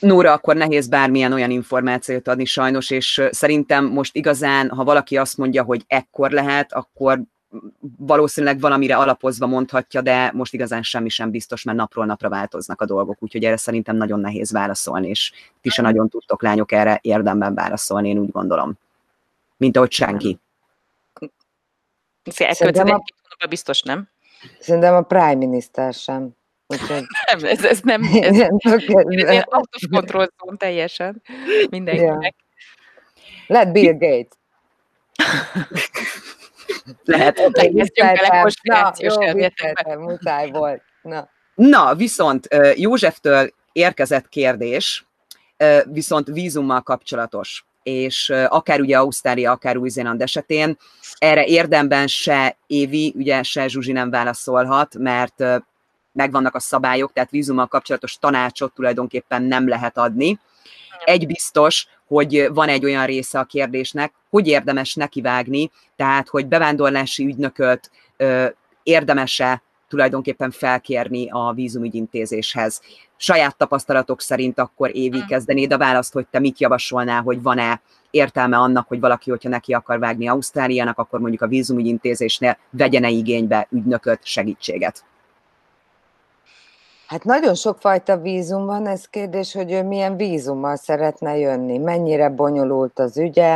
Nóra, akkor nehéz bármilyen olyan információt adni sajnos, és szerintem most igazán, ha valaki azt mondja, hogy ekkor lehet, akkor valószínűleg valamire alapozva mondhatja, de most igazán semmi sem biztos, mert napról napra változnak a dolgok, úgyhogy erre szerintem nagyon nehéz válaszolni, és ti se nagyon tudtok, lányok, erre érdemben válaszolni, én úgy gondolom. Mint ahogy senki. Elkövetkező egy-két hónapban biztos nem. Szerintem a Prime Minister sem. Úgyhogy... Nem, ez nem, ez ilyen out of control zone teljesen mindenkinek. Lehet Bill Gates. Lehet. Kezdjünk bele konspirációs elméletekbe. Muszáj volt. Na, viszont Józseftől érkezett kérdés, viszont vízummal kapcsolatos, és akár ugye Ausztrália, akár Új-Zéland esetén erre érdemben se Évi, ugye se Zsuzsi nem válaszolhat, mert megvannak a szabályok, tehát vízummal kapcsolatos tanácsot tulajdonképpen nem lehet adni. Egy biztos, hogy van egy olyan része a kérdésnek, hogy érdemes nekivágni, tehát hogy bevándorlási ügynököt érdemes-e tulajdonképpen felkérni a vízumügyintézéshez. Saját tapasztalatok szerint akkor Évi kezdenéd a választ, hogy te mit javasolnál, hogy van-e értelme annak, hogy valaki, hogyha neki akar vágni Ausztráliának, akkor mondjuk a vízumügyintézésnél vegyen-e igénybe ügynököt, segítséget? Hát nagyon sokfajta vízum van, ez kérdés, hogy ő milyen vízummal szeretne jönni, mennyire bonyolult az ügye.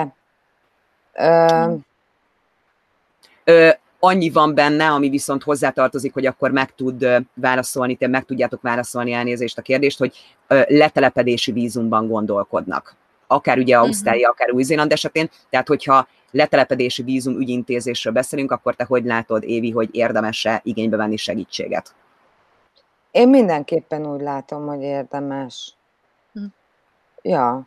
Annyi van benne, ami viszont hozzátartozik, hogy akkor meg tud válaszolni, te meg tudjátok válaszolni, elnézést a kérdést, hogy letelepedési vízumban gondolkodnak. Akár ugye Ausztrália, akár Új-Zéland esetén, tehát hogyha letelepedési vízum ügyintézésről beszélünk, akkor te hogy látod, Évi, hogy érdemes-e igénybe venni segítséget? Én mindenképpen úgy látom, hogy érdemes. Ja.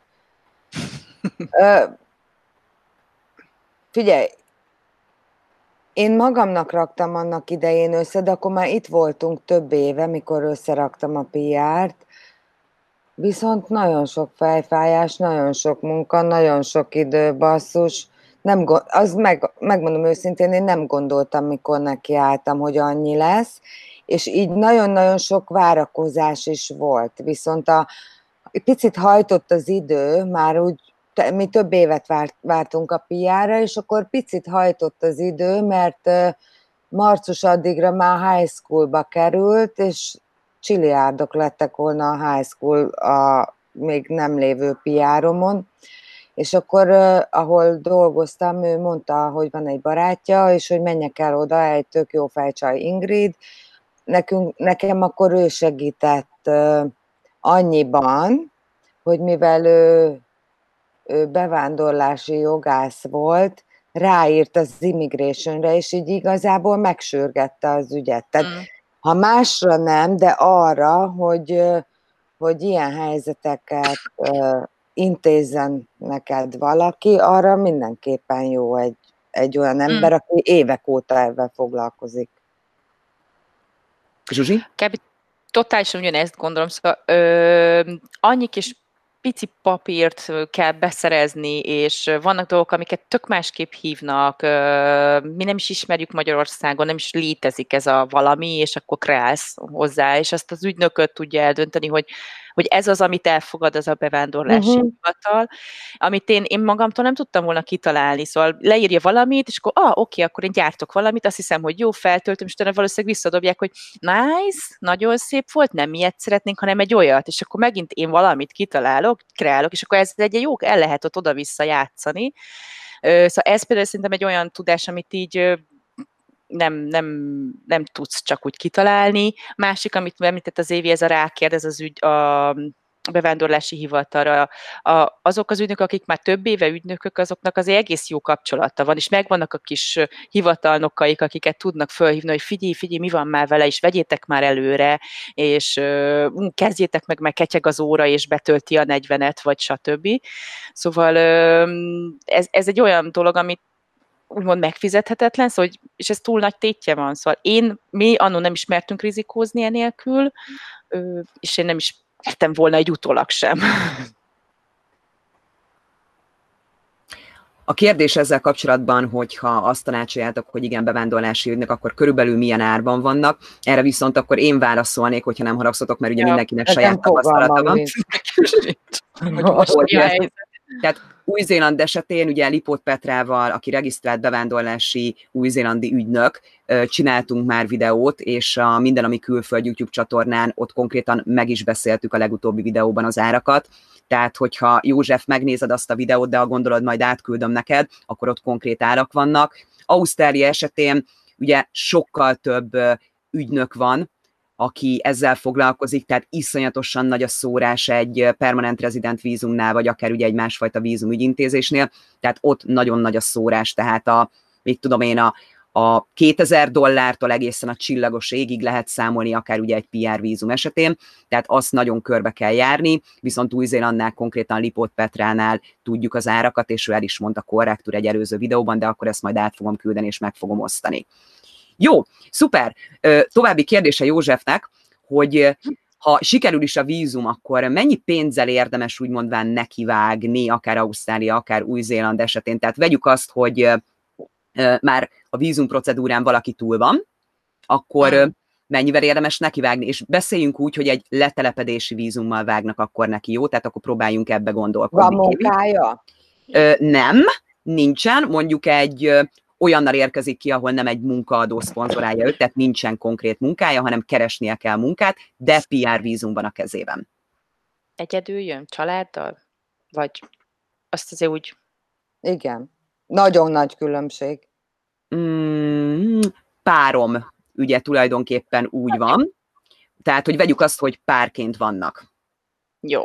Figyelj, én magamnak raktam annak idején össze, de akkor már itt voltunk több éve, mikor összeraktam a PR-t, viszont nagyon sok fejfájás, nagyon sok munka, nagyon sok idő, basszus. Megmondom őszintén, én nem gondoltam, mikor nekiálltam, hogy annyi lesz, és így nagyon-nagyon sok várakozás is volt. Viszont picit hajtott az idő, már úgy, mi több évet vártunk a PR-ra, és akkor picit hajtott az idő, mert marcus addigra már high schoolba került, és csiliárdok lettek volna a high school a még nem lévő PR-omon, és akkor, ahol dolgoztam, ő mondta, hogy van egy barátja, és hogy menjek el oda, egy tök jó fejcsaj Ingrid. Nekem akkor ő segített annyiban, hogy mivel ő bevándorlási jogász volt, ráírt az immigrationre, és így igazából megsürgette az ügyet. Tehát, ha másra nem, de arra, hogy ilyen helyzeteket intézzen neked valaki, arra mindenképpen jó egy olyan ember, aki évek óta ebben foglalkozik. Zsuzsi? Totálisan ugyanezt gondolom, szóval annyi kis pici papírt kell beszerezni, és vannak dolgok, amiket tök másképp hívnak, mi nem is ismerjük Magyarországon, nem is létezik ez a valami, és akkor kreálsz hozzá, és azt az ügynököt tudja eldönteni, hogy ez az, amit elfogad, az a bevándorlási hivatal, amit én magamtól nem tudtam volna kitalálni, szóval leírja valamit, és akkor oké, akkor én gyártok valamit, azt hiszem, hogy jó, feltöltöm, és utána valószínűleg visszadobják, hogy nice, nagyon szép volt, nem ilyet szeretnénk, hanem egy olyat, és akkor megint én valamit kitalálok, kreálok, és akkor ez egy jó, el lehet ott oda-vissza játszani. Szóval ez például szerintem egy olyan tudás, amit így nem tudsz csak úgy kitalálni. Másik, amit említett az Évi, ez a rákérdez az ügy, a bevándorlási hivatalra. Azok az ügynökök, akik már több éve ügynökök, azoknak azért egész jó kapcsolata van, és megvannak a kis hivatalnokaik, akiket tudnak fölhívni, hogy figyelj, mi van már vele, és vegyétek már előre, és kezdjétek meg ketyeg az óra, és betölti a 40-et, vagy stb. Szóval ez egy olyan dolog, amit úgymond megfizethetetlen, szóval, és ez túl nagy tétje van. Szóval mi annó nem is mertünk rizikózni enélkül, és én nem is mertem volna egy utólag sem. A kérdés ezzel kapcsolatban, hogyha azt tanácsoljátok, hogy igen, bevándorlási ügynök, akkor körülbelül milyen árban vannak. Erre viszont akkor én válaszolnék, hogyha nem haragszatok, mert ugye mindenkinek saját tapasztalata van. Tehát Új-Zéland esetén ugye Lipót Petrával, aki regisztrált bevándorlási új-zélandi ügynök, csináltunk már videót, és a Minden, ami külföld YouTube csatornán ott konkrétan meg is beszéltük a legutóbbi videóban az árakat. Tehát, hogyha József megnézed azt a videót, de ha gondolod, majd átküldöm neked, akkor ott konkrét árak vannak. Ausztrália esetén ugye sokkal több ügynök van, aki ezzel foglalkozik, tehát iszonyatosan nagy a szórás egy permanent resident vízumnál, vagy akár ugye egy másfajta vízum ügyintézésnél, tehát ott nagyon nagy a szórás, tehát mit tudom én, a $2000 egészen a csillagos égig lehet számolni, akár ugye egy PR vízum esetén, tehát azt nagyon körbe kell járni, viszont Új-Zélandnál, konkrétan Lipót Petránál tudjuk az árakat, és ő el is mondta korrektúr egy előző videóban, de akkor ezt majd át fogom küldeni, és meg fogom osztani. Jó, szuper. További kérdése Józsefnek, hogy ha sikerül is a vízum, akkor mennyi pénzzel érdemes úgy mondván nekivágni, akár Ausztrália, akár Új-Zéland esetén? Tehát vegyük azt, hogy már a vízum procedúrán valaki túl van, akkor mennyivel érdemes nekivágni? És beszéljünk úgy, hogy egy letelepedési vízummal vágnak akkor neki, jó? Tehát akkor próbáljunk ebbe gondolkodni. Van munkája? Nem, nincsen. Mondjuk egy olyannal érkezik ki, ahol nem egy munkaadó szponzorálja őt, tehát nincsen konkrét munkája, hanem keresnie kell munkát, de PR vízum van a kezében. Egyedül jön, családdal? Vagy azt azért úgy... Igen. Nagyon nagy különbség. Párom, ugye tulajdonképpen úgy van. Tehát, hogy vegyük azt, hogy párként vannak. Jó.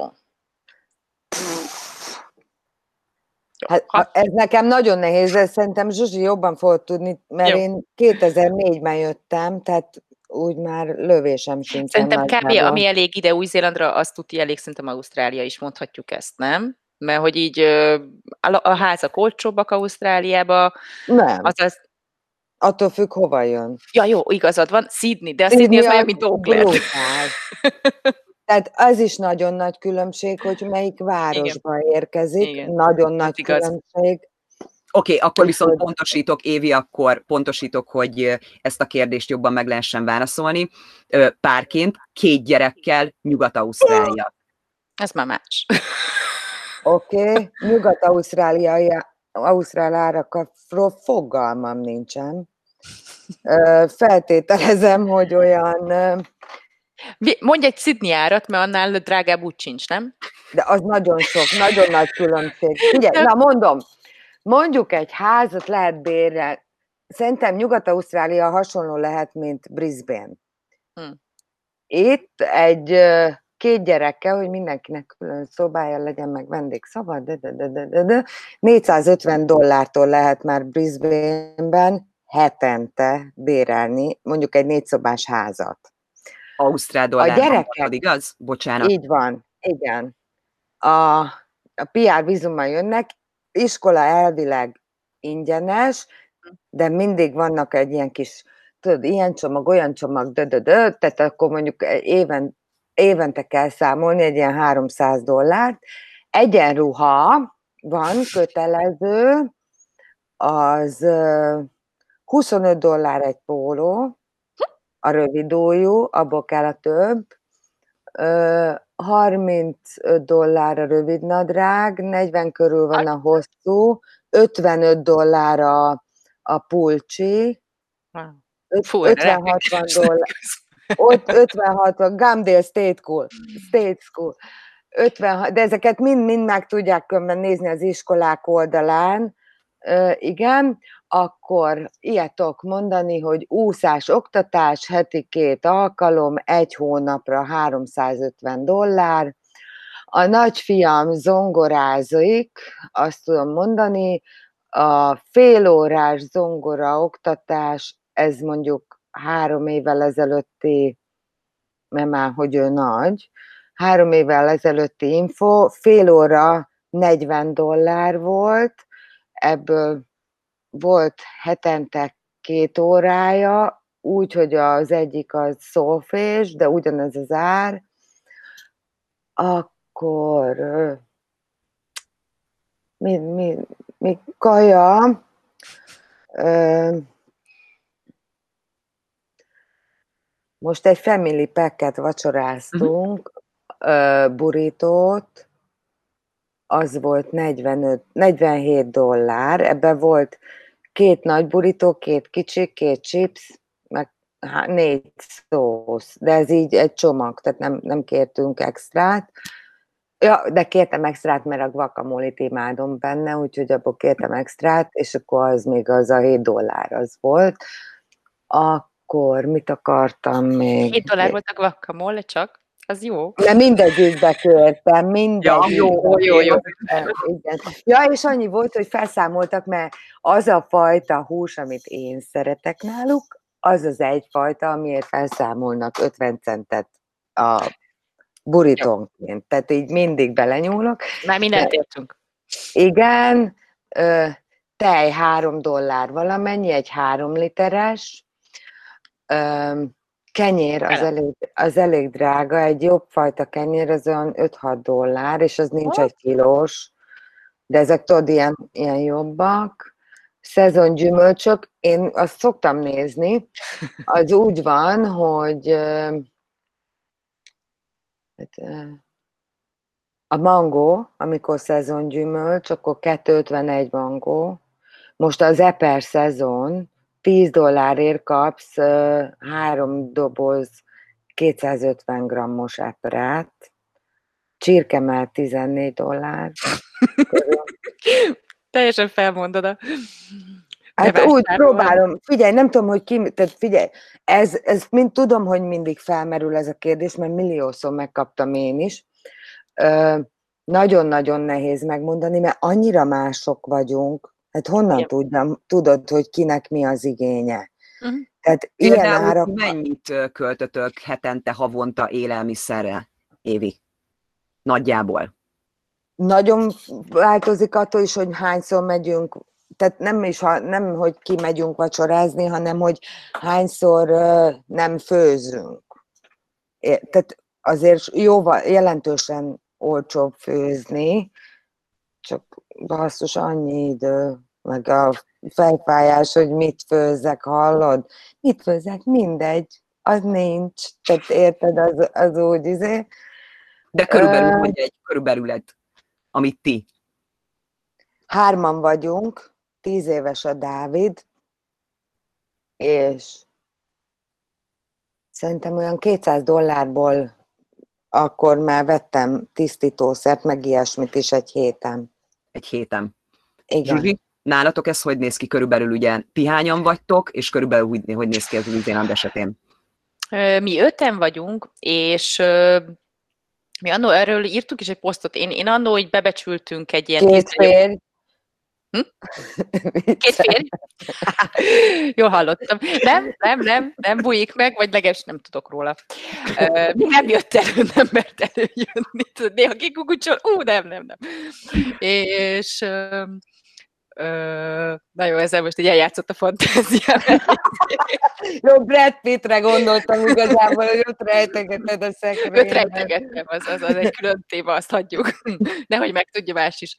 Hát ez nekem nagyon nehéz, de szerintem Zsuzsi jobban fog tudni, mert Jó. én 2004-ben jöttem, tehát úgy már lövésem sincsen. Szerintem kb. Ami elég ide Új-Zélandra, azt tudja elég, szerintem Ausztrália is, mondhatjuk ezt, nem? Mert hogy így a házak olcsóbbak Ausztráliába. Nem. Azaz... Attól függ, hova jön. Ja, jó, igazad van. Sydney, de a Sydney az olyan, mint Auckland. Tehát az is nagyon nagy különbség, hogy melyik városba érkezik. Igen. Nagyon nagy különbség. Oké, akkor viszont pontosítok, Évi, akkor pontosítok, hogy ezt a kérdést jobban meg lehessen válaszolni. Párként, 2 gyerekkel, Nyugat-Ausztrália. Ez már más. Oké, Nyugat-Ausztrál árakról fogalmam nincsen. Feltételezem, hogy olyan... Mondj egy Sydney árat, mert annál drágább úgy sincs, nem? De az nagyon sok, nagyon nagy különbség. Figyelj, na mondom, mondjuk egy házat lehet bérelni. Szerintem Nyugat-Ausztrália hasonló lehet, mint Brisbane. Itt egy 2 gyerekkel, hogy mindenkinek külön szobája legyen, meg vendégszobá, de $450 lehet már Brisbane-ben hetente bérelni, mondjuk egy 4 szobás házat. Ausztrál dollárban van, igaz? Bocsánat. Így van, igen. A PR vízummal jönnek, iskola elvileg ingyenes, de mindig vannak egy ilyen kis, tudod, ilyen csomag, olyan csomag, tehát akkor mondjuk évente kell számolni egy ilyen $300. Egyenruha van, kötelező, az $25 egy póló, a rövidújú, abból kell a több, $35 a rövidnadrág, 40 körül van a hosszú, $55 a pulcsi, $50-60, ott 56, Gumdale State School, 56, de ezeket mind meg tudják nézni az iskolák oldalán, igen, akkor ilyet tudok mondani, hogy úszás, oktatás, heti 2 alkalom, 1 hónapra $350. A nagyfiam zongorázik, azt tudom mondani, a félórás zongora oktatás, ez mondjuk 3 évvel ezelőtti, mert már hogy ő nagy, 3 évvel ezelőtti info, fél óra $40 volt, ebből volt hetente 2 órája, úgy, hogy az egyik az szolfés, de ugyanez az ár, akkor Mi kaja, most egy family packet vacsoráztunk, burítót, az volt 47 dollár, ebben volt 2 nagy burító, 2 kicsi, 2 chips, meg 4 szósz, de ez így egy csomag, tehát nem kértünk extrát. Ja, de kértem extrát, mert a guacamolit imádom benne, úgyhogy abból kértem extrát, és akkor az még az a 7 dollár az volt. Akkor mit akartam még? 7 dollár volt a guacamole csak? Az jó. De mindegyikbe kértem, Jó. Igen. Ja, és annyi volt, hogy felszámoltak, mert az a fajta hús, amit én szeretek náluk, az egyfajta, amiért felszámolnak 50 centet a burítónként. Tehát így mindig belenyúlok. Már mindent értünk. Igen, tej 3 dollár valamennyi, egy 3 literes, kenyér az elég drága, egy jobb fajta kenyér az olyan 5-6 dollár, és az nincs egy kilós, de ezek tudod ilyen jobbak. Szezon gyümölcsök, én azt szoktam nézni, az úgy van, hogy a mangó, amikor szezon gyümölcs, akkor 2,51 mangó. Most az eper szezon, 10 dollárért kapsz 3 doboz 250 grammos eperát, csirkemell 14 dollár. Teljesen felmondod a... Hát úgy próbálom, figyelj, nem tudom, hogy ki, tehát figyelj, ez mind tudom, hogy mindig felmerül ez a kérdés, mert milliószor megkaptam én is. Nagyon-nagyon nehéz megmondani, mert annyira mások vagyunk, hát honnan tudod, hogy kinek mi az igénye. Tehát például mennyit költötök hetente, havonta élelmiszerre, Évi? Nagyjából. Nagyon változik attól is, hogy hányszor megyünk, tehát nem, hogy kimegyünk vacsorázni, hanem hogy hányszor nem főzünk. Tehát azért jelentősen olcsóbb főzni, csak basszus, annyi idő, meg a fejfájás, hogy mit főzzek, hallod? Mit főzzek? Mindegy, az nincs. Tehát érted, az úgy izé. De körülbelül, hogy egy körülbelület, amit ti. 3 vagyunk, 10 éves a Dávid, és szerintem olyan 200 dollárból akkor már vettem tisztítószert, meg ilyesmit is egy héten. Egy héten. Igen. Zsuzsi, nálatok ez hogy néz ki körülbelül, ugye ti hányan vagytok, és körülbelül hogy néz ki az Új-Zéland esetén? Mi 5-en vagyunk, és mi annó erről írtuk is egy posztot. Én annó így bebecsültünk egy ilyen... 2 férj. 2 férj? Jól hallottam. Nem bújik meg, vagy legalábbis nem tudok róla. Mi nem jött elő, nem mert előjönni. Néha kikukucsol, nem. És na jó, ezzel most így eljátszott a fantáziám. Jó, Brad Pittre gondoltam igazából, hogy ott rejtegeted a szekrényben. Őt rejtegettem, az egy külön téma, azt hagyjuk. Nehogy megtudja más is.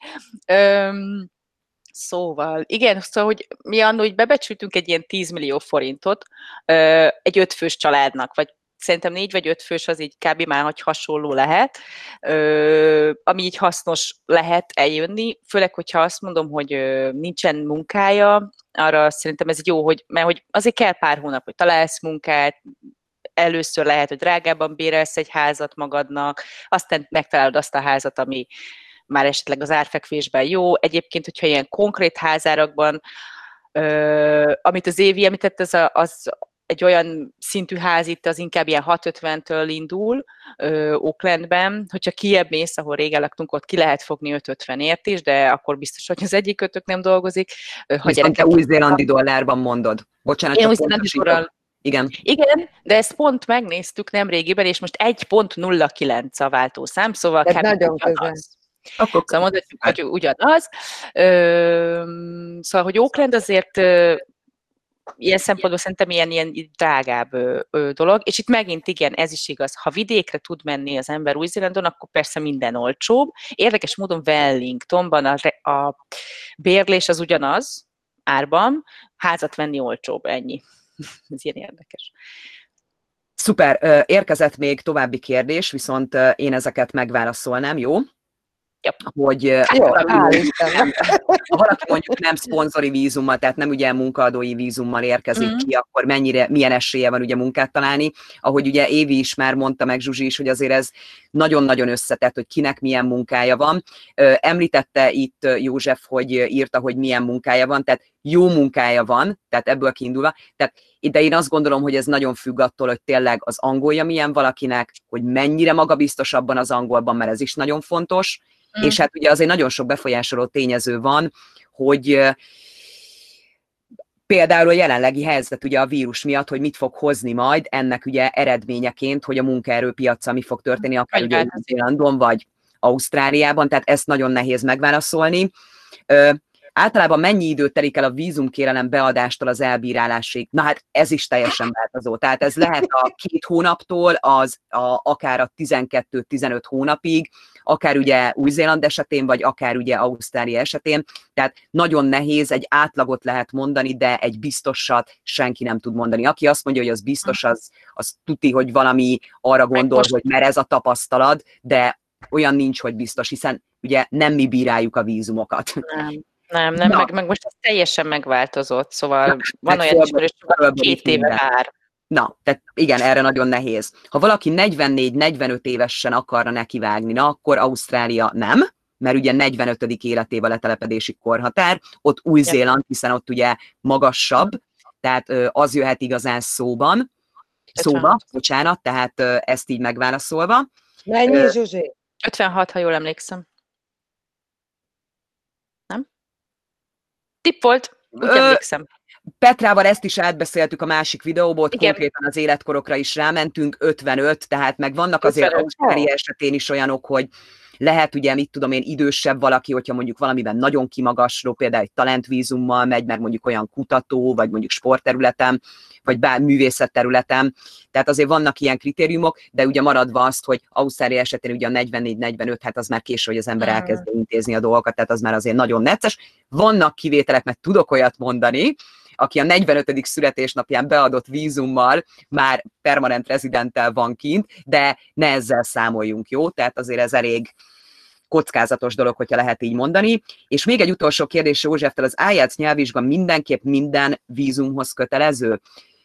Szóval, igen, szóval, hogy mi annól így bebecsültünk egy ilyen 10 millió forintot egy 5 fős családnak, vagy szerintem 4 vagy 5 fős az így kb. Már hogy hasonló lehet, ami így hasznos lehet eljönni, főleg, hogyha azt mondom, hogy nincsen munkája, arra szerintem ez jó, mert hogy azért kell pár hónap, hogy találsz munkát, először lehet, hogy drágában bérelsz egy házat magadnak, aztán megtalálod azt a házat, ami már esetleg az árfekvésben jó. Egyébként, hogyha ilyen konkrét házárakban, amit az Évi említett, az egy olyan szintű ház itt, az inkább ilyen 650-től indul Aucklandben, hogyha kiebb mész, ahol régen laktunk, ott ki lehet fogni 550-ért is, de akkor biztos, hogy az egyik kötök nem dolgozik. Viszont te új-zélandi dollárban mondod. Bocsánat, én új-zélandi dollárban. Igen. Igen, de ezt pont megnéztük nemrégiben, és most 1.09 a váltószám, szóval kb. Nagyon közel. Akkor szóval mondhatjuk, hogy ugyanaz. Szóval, hogy Auckland azért ilyen szempontból szerintem ilyen drágább dolog, és itt megint igen, ez is igaz. Ha vidékre tud menni az ember Új-Zélandon, akkor persze minden olcsóbb. Érdekes módon Wellingtonban a bérlés az ugyanaz árban, házat venni olcsóbb, ennyi. Ez ilyen érdekes. Szuper, érkezett még további kérdés, viszont én ezeket megválaszolnám, jó? Hogy ha valaki mondjuk nem szponzori vízummal, tehát nem ugye munkaadói vízummal érkezik ki, akkor milyen esélye van ugye munkát találni. Ahogy ugye Évi is már mondta, meg Zsuzsi is, hogy azért ez nagyon-nagyon összetett, hogy kinek milyen munkája van. Említette itt József, hogy írta, hogy milyen munkája van, tehát jó munkája van, tehát ebből kiindulva. De én azt gondolom, hogy ez nagyon függ attól, hogy tényleg az angolja milyen valakinek, hogy mennyire magabiztos abban az angolban, mert ez is nagyon fontos. És hát ugye azért nagyon sok befolyásoló tényező van, hogy például a jelenlegi helyzet ugye a vírus miatt, hogy mit fog hozni majd ennek ugye eredményeként, hogy a munkaerőpiaccal mi fog történni, akár ugye Új-Zélandon vagy Ausztráliában, tehát ezt nagyon nehéz megválaszolni. Általában mennyi idő telik el a vízumkérelem beadástól az elbírálásig? Na hát ez is teljesen változó. Tehát ez lehet a 2 hónaptól, akár a 12-15 hónapig, akár ugye Új-Zéland esetén, vagy akár ugye Ausztrália esetén. Tehát nagyon nehéz, egy átlagot lehet mondani, de egy biztosat senki nem tud mondani. Aki azt mondja, hogy az biztos, az tuti, hogy valami arra gondol, hogy mert ez a tapasztalat, de olyan nincs, hogy biztos, hiszen ugye nem mi bíráljuk a vízumokat. Nem, meg most ez teljesen megváltozott, szóval van olyan ismerős, hogy 2 éve vár. Na, tehát igen, erre nagyon nehéz. Ha valaki 44-45 évesen akarna nekivágni, na akkor Ausztrália nem, mert ugye 45. életével letelepedési korhatár, ott Új-Zéland, hiszen ott ugye magasabb, tehát az jöhet igazán szóba, bocsánat, tehát ezt így megválaszolva. Mennyi, Zsuzsi? 56, ha jól emlékszem. Nem? Tipp volt, úgy emlékszem. Petrával ezt is átbeszéltük a másik videóból, konkrétan az életkorokra is rámentünk, 55, tehát meg vannak azért Ausztrália esetén is olyanok, hogy lehet ugye, mit tudom én, idősebb valaki, hogyha mondjuk valamiben nagyon kimagasló, például egy talentvízummal megy, mert mondjuk olyan kutató, vagy mondjuk sportterületen, vagy művészetterületen. Tehát azért vannak ilyen kritériumok, de ugye maradva azt, hogy Ausztrália esetén ugye a 44-45, hát az már késő, hogy az ember elkezdi intézni a dolgokat, tehát az már azért nagyon necces. Vannak kivételek, mert tudok olyat mondani, aki a 45. születésnapján beadott vízummal már permanent rezidenttel van kint, de ne ezzel számoljunk, jó? Tehát azért ez elég kockázatos dolog, hogyha lehet így mondani. És még egy utolsó kérdés Józseftől, az IELTS nyelvvizsga mindenképp minden vízumhoz kötelező?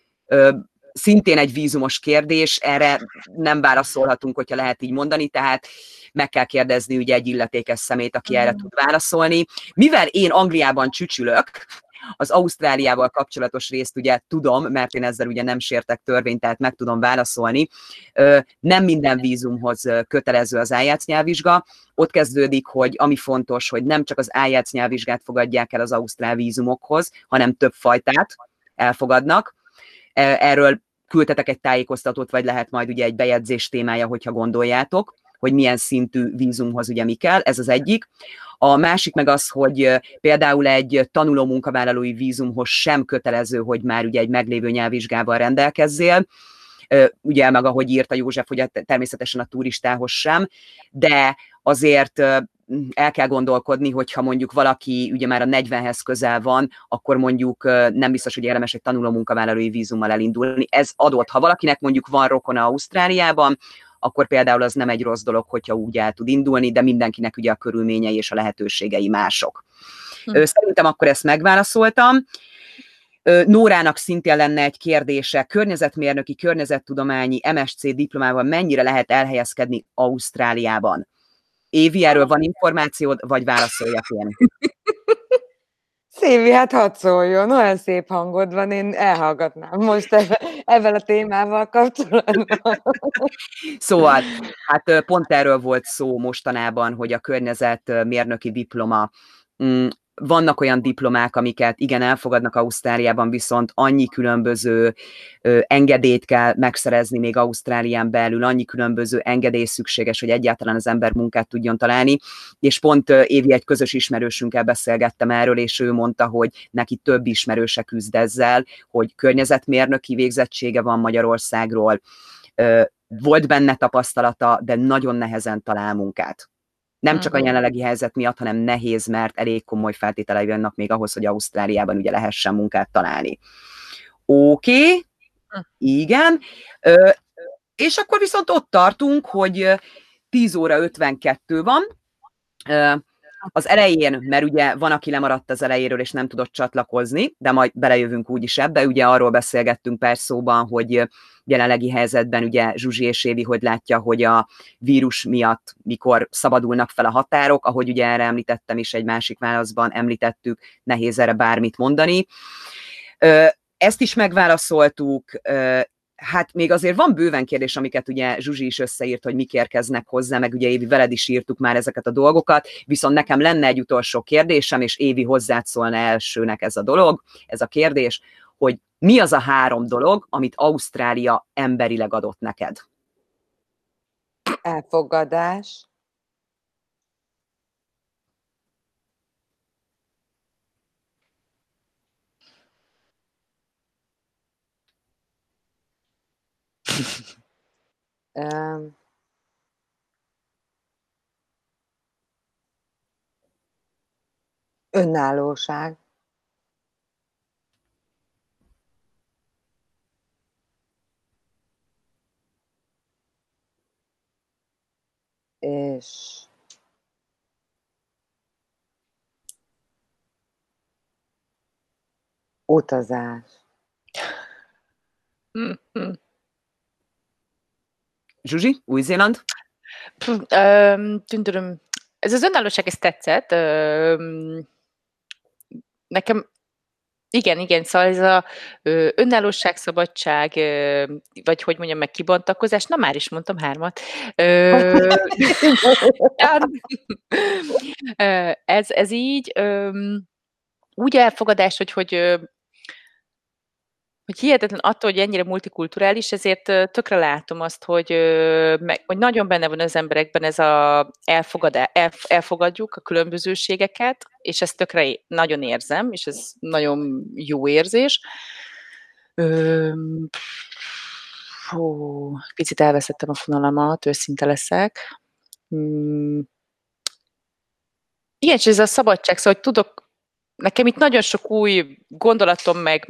Szintén egy vízumos kérdés, erre nem válaszolhatunk, hogyha lehet így mondani, tehát meg kell kérdezni ugye egy illetékes szemét, aki erre tud válaszolni. Mivel én Angliában csücsülök, az Ausztráliával kapcsolatos részt ugye tudom, mert én ezzel ugye nem sértek törvényt, tehát meg tudom válaszolni. Nem minden vízumhoz kötelező az IELTS nyelvvizsga. Ott kezdődik, hogy ami fontos, hogy nem csak az IELTS nyelvvizsgát fogadják el az ausztrál vízumokhoz, hanem több fajtát elfogadnak. Erről küldtetek egy tájékoztatót, vagy lehet majd ugye egy bejegyzés témája, hogyha gondoljátok, hogy milyen szintű vízumhoz ugye mi kell, ez az egyik. A másik meg az, hogy például egy tanuló munkavállalói vízumhoz sem kötelező, hogy már ugye egy meglévő nyelvvizsgával rendelkezzél, ugye meg ahogy írta József, hogy természetesen a turistához sem, de azért el kell gondolkodni, hogyha mondjuk valaki ugye már a 40-hez közel van, akkor mondjuk nem biztos, hogy érdemes egy tanuló munkavállalói vízummal elindulni. Ez adott. Ha valakinek mondjuk van rokona Ausztráliában, akkor például az nem egy rossz dolog, hogyha úgy el tud indulni, de mindenkinek ugye a körülményei és a lehetőségei mások. Szerintem akkor ezt megválaszoltam. Nórának szintén lenne egy kérdése, környezetmérnöki, környezettudományi MSc diplomával mennyire lehet elhelyezkedni Ausztráliában? Évi, erről van információd, vagy válaszoljak én? Szévi, hát hadd szóljon, olyan szép hangod van, én elhallgatnám most ezzel a témával kapcsolatban. Szóval, hát pont erről volt szó mostanában, hogy a környezetmérnöki diploma vannak olyan diplomák, amiket igen, elfogadnak Ausztráliában, viszont annyi különböző engedélyt kell megszerezni még Ausztrálián belül, annyi különböző engedély szükséges, hogy egyáltalán az ember munkát tudjon találni, és pont Évi egy közös ismerősünkkel beszélgettem erről, és ő mondta, hogy neki több ismerőse küzd ezzel, hogy környezetmérnöki végzettsége van Magyarországról, volt benne tapasztalata, de nagyon nehezen talál munkát. Nem csak a jelenlegi helyzet miatt, hanem nehéz, mert elég komoly feltételei vannak még ahhoz, hogy Ausztráliában ugye lehessen munkát találni. Oké, igen. És akkor viszont ott tartunk, hogy 10 óra 52 van. Az elején, mert ugye van, aki lemaradt az elejéről, és nem tudott csatlakozni, de majd belejövünk úgyis ebbe. Ugye arról beszélgettünk pár szóban, hogy jelenlegi helyzetben ugye Zsuzsi és Évi hogy látja, hogy a vírus miatt mikor szabadulnak fel a határok, ahogy ugye erre említettem is egy másik válaszban, említettük, nehéz erre bármit mondani. Ezt is megválaszoltuk. Hát még azért van bőven kérdés, amiket ugye Zsuzsi is összeírt, hogy mik érkeznek hozzá, meg ugye Évi, veled is írtuk már ezeket a dolgokat, viszont nekem lenne egy utolsó kérdésem, és Évi hozzád szólna elsőnek ez a dolog, ez a kérdés, hogy mi az a 3 dolog, amit Ausztrália emberileg adott neked? Elfogadás. Önállóság. És utazás. Zsuzsi, Új-Zéland? Ez az önállóság, ez tetszett. Nekem igen, szóval ez a önállóság, szabadság, vagy hogy mondjam meg, kibontakozás, na már is mondtam 3. Ez így, úgy elfogadás, hogy hihetetlen attól, hogy ennyire multikulturális, ezért tökre látom azt, hogy nagyon benne van az emberekben ez a elfogadjuk a különbözőségeket, és ezt tökre nagyon érzem, és ez nagyon jó érzés. Picit elveszettem a fonalamat, őszinte leszek. Igen, és ez a szabadság, szóval, hogy tudok, nekem itt nagyon sok új gondolatom, meg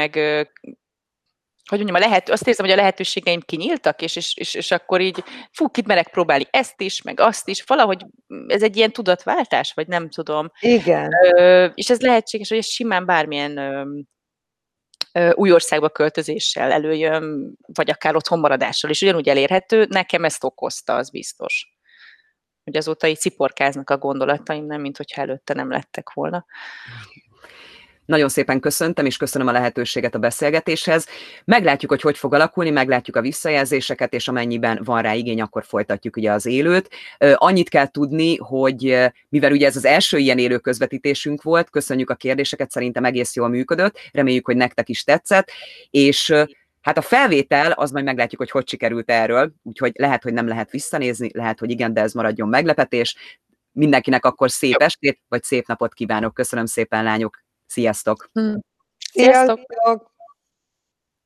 hogy mondjam, azt érzem, hogy a lehetőségeim kinyíltak, és akkor így, kit merek próbálni ezt is, meg azt is, valahogy ez egy ilyen tudatváltás, vagy nem tudom. Igen. És ez lehetséges, hogy ez simán bármilyen új országba költözéssel előjön, vagy akár otthon maradással is ugyanúgy elérhető. Nekem ezt okozta, az biztos. Hogy azóta így sziporkáznak a gondolataim, nem, mint hogyha előtte nem lettek volna. Nagyon szépen köszöntem, és köszönöm a lehetőséget a beszélgetéshez. Meglátjuk, hogy fog alakulni, meglátjuk a visszajelzéseket, és amennyiben van rá igény, akkor folytatjuk ugye az élőt. Annyit kell tudni, hogy mivel ugye ez az első ilyen élő közvetítésünk volt, köszönjük a kérdéseket, szerintem egész jól működött, reméljük, hogy nektek is tetszett, és hát a felvétel, az majd meglátjuk, hogy sikerült erről, úgyhogy lehet, hogy nem lehet visszanézni, lehet, hogy igen, de ez maradjon meglepetés. Mindenkinek akkor szép estét, vagy szép napot kívánok. Köszönöm szépen, lányok! Sziasztok! Sziasztok!